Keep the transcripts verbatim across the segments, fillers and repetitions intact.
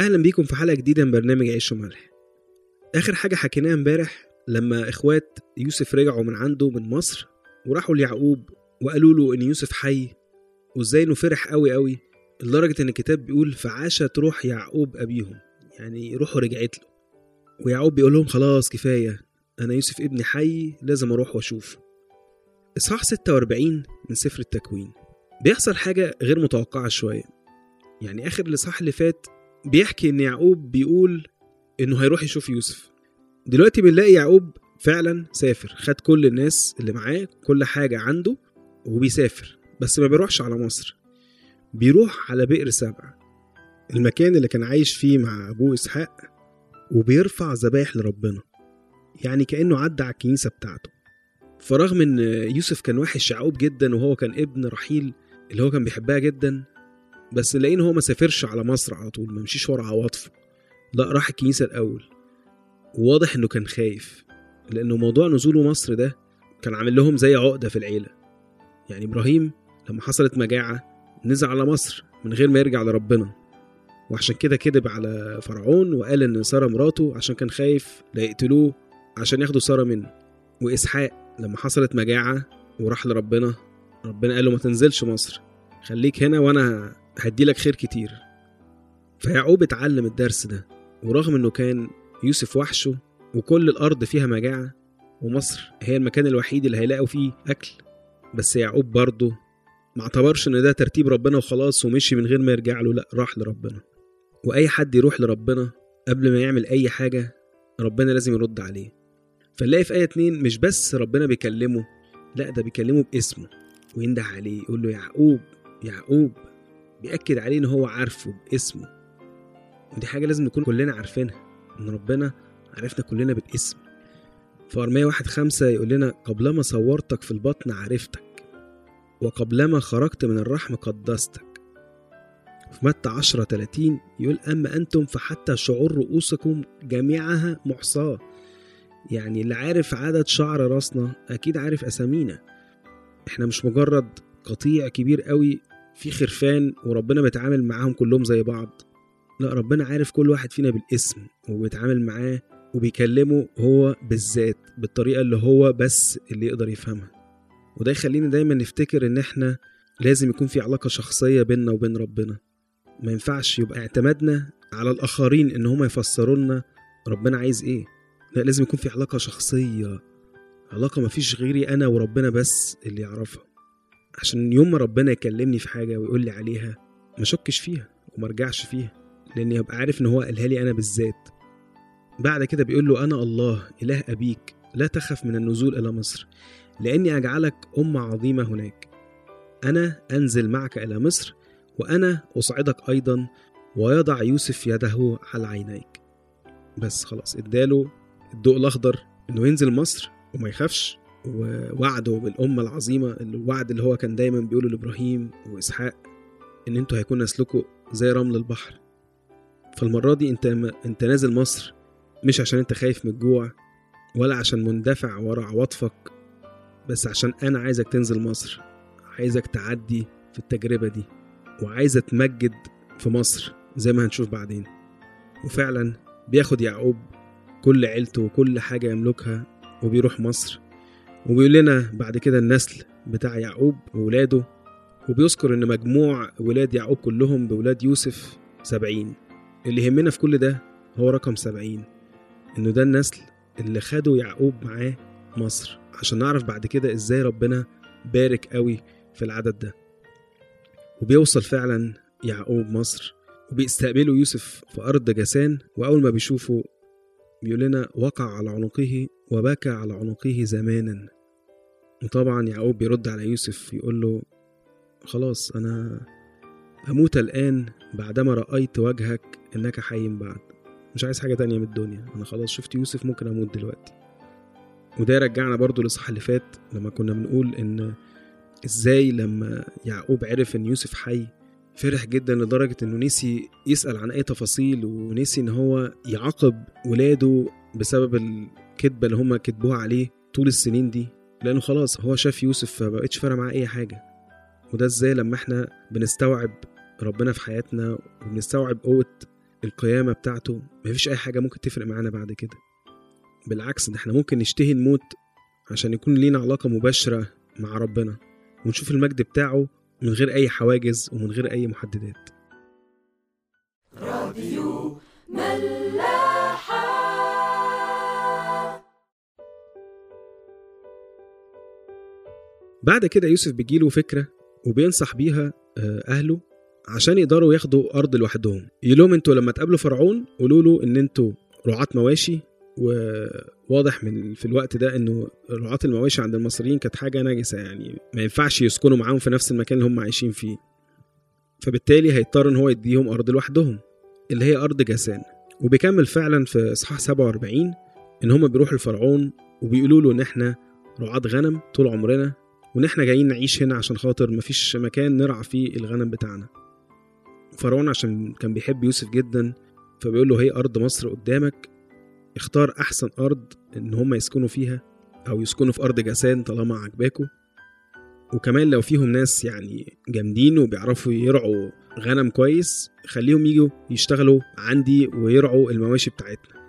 اهلا بيكم في حلقه جديده من برنامج عيش وملح. اخر حاجه حكيناها امبارح لما اخوات يوسف رجعوا من عنده من مصر وراحوا ليعقوب وقالوا له ان يوسف حي، وازاي انه فرح قوي قوي لدرجه ان الكتاب بيقول فعاشت روح يعقوب ابيهم، يعني روحه رجعت له. ويعقوب بيقول لهم خلاص كفايه، انا يوسف ابني حي، لازم اروح واشوفه. اصحاح ستة وأربعين من سفر التكوين بيحصل حاجه غير متوقعه شويه. يعني اخر الاصحاح اللي فات بيحكي ان يعقوب بيقول انه هيروح يشوف يوسف. دلوقتي بنلاقي يعقوب فعلا سافر، خد كل الناس اللي معاه كل حاجة عنده وبيسافر، بس ما بيروحش على مصر، بيروح على بئر سبع، المكان اللي كان عايش فيه مع أبوه إسحاق، وبيرفع ذبائح لربنا، يعني كأنه عدى على الكنيسة بتاعته. فرغم ان يوسف كان وحش يعقوب جدا وهو كان ابن رحيل اللي هو كان بيحبها جدا، بس لقين هو ما سافرش على مصر على طول، ما مشيش ورا عواطفه، لا راح الكنيسة الأول. وواضح انه كان خايف، لانه موضوع نزوله مصر ده كان عامل لهم زي عقدة في العيلة. يعني إبراهيم لما حصلت مجاعة نزل على مصر من غير ما يرجع لربنا، وعشان كده كذب على فرعون وقال ان سارة مراته عشان كان خايف لا يقتلوه عشان ياخدوا سارة منه. وإسحاق لما حصلت مجاعة وراح لربنا، ربنا قال له ما تنزلش مصر، خليك هنا وانا هدي لك خير كتير. فيعقوب اتعلم الدرس ده، ورغم انه كان يوسف وحشه وكل الارض فيها مجاعة ومصر هي المكان الوحيد اللي هيلاقوا فيه اكل، بس يعقوب برضه ما اعتبرش ان ده ترتيب ربنا وخلاص ومشي من غير ما يرجع له، لا راح لربنا. واي حد يروح لربنا قبل ما يعمل اي حاجة ربنا لازم يرد عليه. فنلاقي في آية اتنين مش بس ربنا بيكلمه، لا ده بيكلمه باسمه وينده عليه، يقول له يعقوب يعقوب، بيأكد عليه ان هو عارفه باسمه. ودي حاجة لازم نكون كلنا عارفينها، ان ربنا عرفنا كلنا بالاسم. فأرمية واحد خمسة يقول لنا قبلما صورتك في البطن عرفتك، وقبلما خرجت من الرحم قدستك. في متى عشرة ثلاثين يقول أما أنتم فحتى شعور رؤوسكم جميعها محصاة. يعني اللي عارف عدد شعر راسنا أكيد عارف أسامينا. إحنا مش مجرد قطيع كبير قوي في خرفان وربنا بيتعامل معاهم كلهم زي بعض، لا ربنا عارف كل واحد فينا بالاسم وبيتعامل معاه وبيكلمه هو بالذات بالطريقة اللي هو بس اللي يقدر يفهمها. وده يخلينا دايما نفتكر ان احنا لازم يكون في علاقة شخصية بيننا وبين ربنا. ما ينفعش يبقى اعتمادنا على الآخرين ان هم يفسروا لنا ربنا عايز ايه، لا لازم يكون في علاقة شخصية، علاقة ما فيش غيري انا وربنا بس اللي يعرفها، عشان يوم ما ربنا يكلمني في حاجة ويقول لي عليها ما شكش فيها وما رجعش فيها، لاني هبقى عارف ان هو قالها لي انا بالذات. بعد كده بيقول له أنا الله إله أبيك، لا تخف من النزول إلى مصر لأني أجعلك أمة عظيمة هناك. أنا أنزل معك إلى مصر وأنا أصعدك أيضا، ويضع يوسف يده على عينيك. بس خلاص اداله الضوء الأخضر إنه ينزل مصر وما يخافش، ووعده بالأمة العظيمة، الوعد اللي هو كان دايما بيقوله لإبراهيم وإسحاق إن أنتوا هيكون نسلكوا زي رمل البحر. فالمرة دي أنت, أنت نازل مصر مش عشان انت خايف من الجوع ولا عشان مندفع ورا عواطفك، بس عشان انا عايزك تنزل مصر، عايزك تعدي في التجربة دي، وعايزة تمجد في مصر زي ما هنشوف بعدين. وفعلا بياخد يعقوب كل عيلته وكل حاجة يملكها وبيروح مصر. وبيقول لنا بعد كده النسل بتاع يعقوب وولاده، وبيذكر ان مجموع ولاد يعقوب كلهم بولاد يوسف سبعين. اللي يهمنا في كل ده هو رقم سبعين، انه ده النسل اللي خده يعقوب معاه مصر، عشان نعرف بعد كده ازاي ربنا بارك قوي في العدد ده. وبيوصل فعلا يعقوب مصر وبيستقبله يوسف في أرض جسان، وأول ما بيشوفه بيقول لنا وقع على عنقه وبكى على عنقه زمانا. وطبعا يعقوب بيرد على يوسف يقول له خلاص أنا أموت الآن بعدما رأيت وجهك إنك حي بعد، مش عايز حاجة تانية من الدنيا، أنا خلاص شفت يوسف ممكن أموت دلوقتي. وده رجعنا برضو للصح اللي فات لما كنا بنقول إن إزاي لما يعقوب عرف إن يوسف حي فرح جدا لدرجة إنه نسي يسأل عن أي تفاصيل، ونسي إن هو يعاقب ولاده بسبب الكذبة اللي هم كذبوها عليه طول السنين دي، لأنه خلاص هو شاف يوسف فبقيتش فارق معاه أي حاجة. وده إزاي لما إحنا بنستوعب ربنا في حياتنا وبنستوعب قوة القيامة بتاعته مفيش أي حاجة ممكن تفرق معانا بعد كده. بالعكس، ده احنا ممكن نشتهي نموت عشان يكون لينا علاقة مباشرة مع ربنا ونشوف المجد بتاعه من غير أي حواجز ومن غير أي محددات. راديو ملاحة. بعد كده يوسف بيجيله فكرة وبينصح بيها أهله عشان يقدروا ياخدوا أرض لوحدهم. يقولهم انتوا لما تقابلوا فرعون قولوا له ان انتوا رعاة مواشي، وواضح من في الوقت ده انه رعاة المواشي عند المصريين كانت حاجة نجسة، يعني ما ينفعش يسكنوا معاهم في نفس المكان اللي هم عايشين فيه، فبالتالي هيضطر ان هو يديهم أرض لوحدهم اللي هي أرض جاسان. وبيكمل فعلا في إصحاح سبعة وأربعين ان هم بيروحوا لفرعون وبيقولوا له ان احنا رعاة غنم طول عمرنا، وان احنا جايين نعيش هنا عشان خاطر مفيش مكان نرعى فيه الغنم بتاعنا. فرعون عشان كان بيحب يوسف جدا فبيقول له هي أرض مصر قدامك، اختار أحسن أرض إن هم يسكنوا فيها أو يسكنوا في أرض جاسان طالما عجباكوا، وكمان لو فيهم ناس يعني جامدين وبيعرفوا يرعوا غنم كويس خليهم يجوا يشتغلوا عندي ويرعوا المواشي بتاعتنا.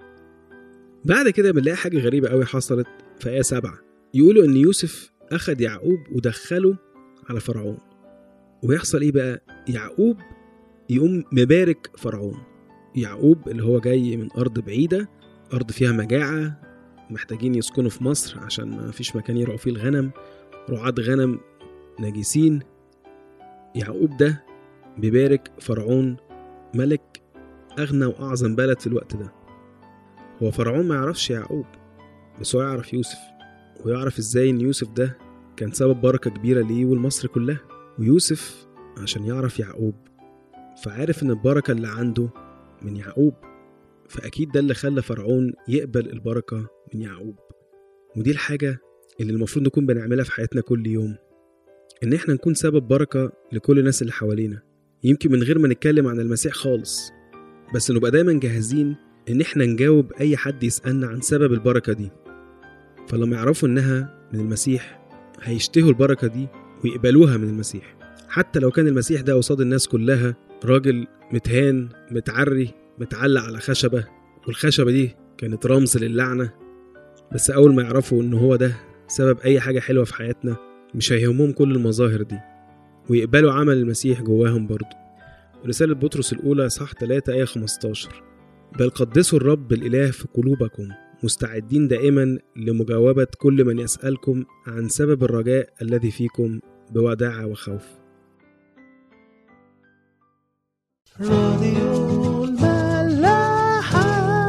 بعد كده بنلاقي حاجة غريبة قوي حصلت في آية سبعة. يقولوا إن يوسف أخد يعقوب ودخله على فرعون، ويحصل إيه بقى؟ يعقوب يقوم مبارك فرعون. يعقوب اللي هو جاي من أرض بعيدة، أرض فيها مجاعة، محتاجين يسكنوا في مصر عشان ما فيش مكان يرعوا فيه الغنم، رعاة غنم نجسين. يعقوب ده بيبارك فرعون ملك أغنى وأعظم بلد في الوقت ده. هو فرعون ما يعرفش يعقوب، بس هو يعرف يوسف، ويعرف إزاي إن يوسف ده كان سبب بركة كبيرة ليه والمصر كلها. ويوسف عشان يعرف يعقوب فعارف إن البركة اللي عنده من يعقوب، فأكيد ده اللي خلى فرعون يقبل البركة من يعقوب. ودي الحاجة اللي المفروض نكون بنعملها في حياتنا كل يوم، إن إحنا نكون سبب بركة لكل الناس اللي حوالينا، يمكن من غير ما نتكلم عن المسيح خالص، بس نبقى دايما جاهزين إن إحنا نجاوب أي حد يسألنا عن سبب البركة دي. فلما يعرفوا إنها من المسيح هيشتهوا البركة دي ويقبلوها من المسيح، حتى لو كان المسيح ده قصاد الناس كلها راجل متهان متعري متعلق على خشبة، والخشبة دي كانت رمز للعنة. بس أول ما يعرفوا إن هو ده سبب أي حاجة حلوة في حياتنا مش هيهمهم كل المظاهر دي، ويقبلوا عمل المسيح جواهم برضو. رسالة بطرس الأولى صح ثلاثة آية خمستاشر: بل قدسوا الرب الإله في قلوبكم مستعدين دائما لمجاوبة كل من يسألكم عن سبب الرجاء الذي فيكم بوداعة وخوف. راديو الملاحة.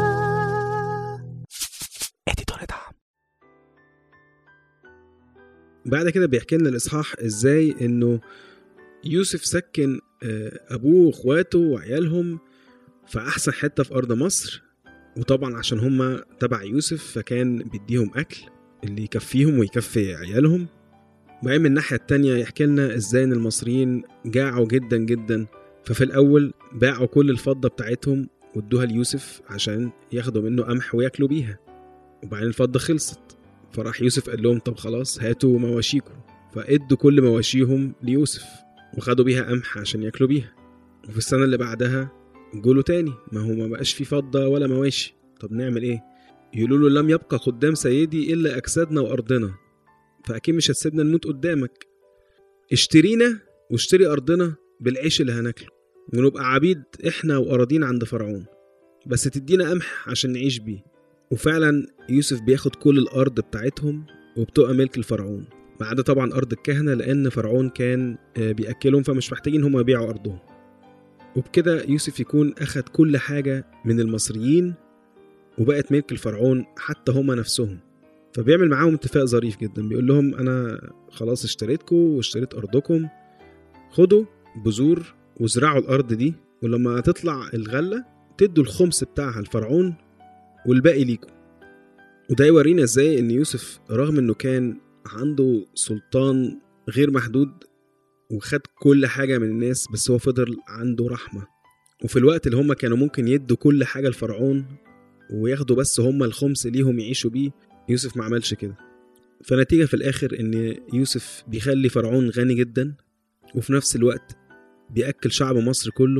بعد كده بيحكي لنا الإصحاح إزاي إنه يوسف سكن أبوه وإخواته وعيالهم في أحسن حتة في أرض مصر، وطبعا عشان هم تبع يوسف فكان بيديهم أكل اللي يكفيهم ويكفي عيالهم. وبعدين من الناحية التانية يحكي لنا إزاي إن المصريين جاعوا جدا جدا، ففي الأول باعوا كل الفضة بتاعتهم وادوها ليوسف عشان ياخدوا منه قمح وياكلوا بيها، وبعدين الفضة خلصت، فراح يوسف قال لهم طب خلاص هاتوا مواشيكم، فادوا كل مواشيهم ليوسف وخدوا بيها قمح عشان ياكلوا بيها. وفي السنة اللي بعدها جولوا تاني، ما هو ما بقاش في فضة ولا مواشي، طب نعمل ايه؟ يقولوا له لم يبقى قدام سيدي إلا أجسادنا وأرضنا، فأكيد مش هتسيبنا نموت قدامك، اشترينا واشتري أرضنا بالعيش اللي هناكله ونبقى عبيد إحنا وأراضين عند فرعون، بس تدينا قمح عشان نعيش بيه. وفعلا يوسف بياخد كل الأرض بتاعتهم وبتبقى ملك الفرعون، ما عدا طبعا أرض الكهنة لأن فرعون كان بيأكلهم فمش محتاجين هم يبيعوا أرضهم. وبكده يوسف يكون أخد كل حاجة من المصريين وبقت ملك الفرعون حتى هم نفسهم. فبيعمل معاهم اتفاق ظريف جدا، بيقول لهم أنا خلاص اشتريتكم واشتريت أرضكم، خدوا بذور وزرعوا الأرض دي، ولما تطلع الغلة تدوا الخمس بتاعها الفرعون والباقي ليكم. وده يورينا ازاي ان يوسف رغم انه كان عنده سلطان غير محدود وخد كل حاجة من الناس، بس هو فضل عنده رحمة. وفي الوقت اللي هم كانوا ممكن يدوا كل حاجة الفرعون وياخدوا بس هم الخمس ليهم يعيشوا بيه، يوسف ما عملش كده. فنتيجة في الآخر ان يوسف بيخلي فرعون غني جدا، وفي نفس الوقت بيأكل شعب مصر كله،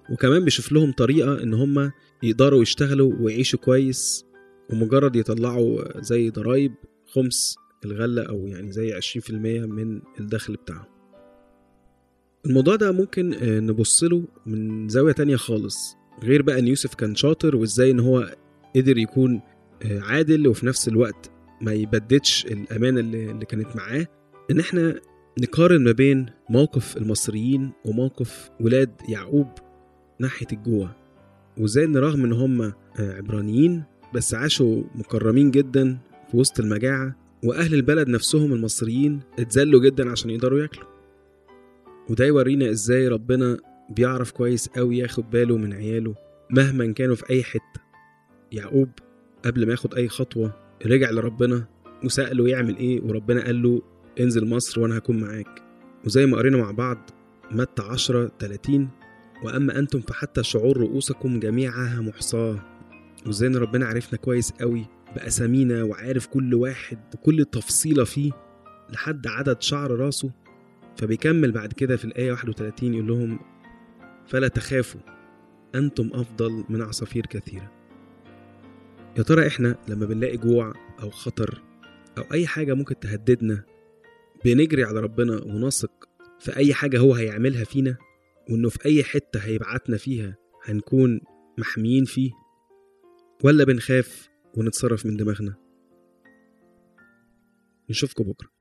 وكمان بيشوف لهم طريقة إن هم يقدروا يشتغلوا ويعيشوا كويس، ومجرد يطلعوا زي ضرايب خمس الغلة أو يعني زي عشرين في المية من الدخل بتاعهم. الموضوع ده ممكن نبصله من زاوية تانية خالص، غير بقى إن يوسف كان شاطر وإزاي إن هو قدر يكون عادل وفي نفس الوقت ما يبددش الأمانة اللي كانت معاه. إن إحنا نقارن ما بين موقف المصريين وموقف ولاد يعقوب ناحية الجوع، وإزاي إن رغم إن هم عبرانيين بس عاشوا مكرمين جدا في وسط المجاعة، وأهل البلد نفسهم المصريين اتذلوا جدا عشان يقدروا يأكلوا. وده يورينا إزاي ربنا بيعرف كويس قوي ياخد باله من عياله مهما كانوا في أي حتة. يعقوب قبل ما ياخد أي خطوة رجع لربنا وسأله يعمل إيه، وربنا قال له انزل مصر وأنا هكون معاك. وزي ما قرينا مع بعض متى عشرة ثلاثين، وأما أنتم فحتى شعور رؤوسكم جميعها محصاة. وزي إن ربنا عرفنا كويس قوي بأسامينا وعارف كل واحد وكل تفصيلة فيه لحد عدد شعر راسه. فبيكمل بعد كده في الآية واحد وثلاثين يقول لهم فلا تخافوا أنتم أفضل من عصافير كثيرة. يا ترى إحنا لما بنلاقي جوع أو خطر أو أي حاجة ممكن تهددنا بنجري على ربنا ونثق في أي حاجة هو هيعملها فينا، وإنه في أي حتة هيبعتنا فيها هنكون محميين فيه، ولا بنخاف ونتصرف من دماغنا؟ نشوفكم بكرة.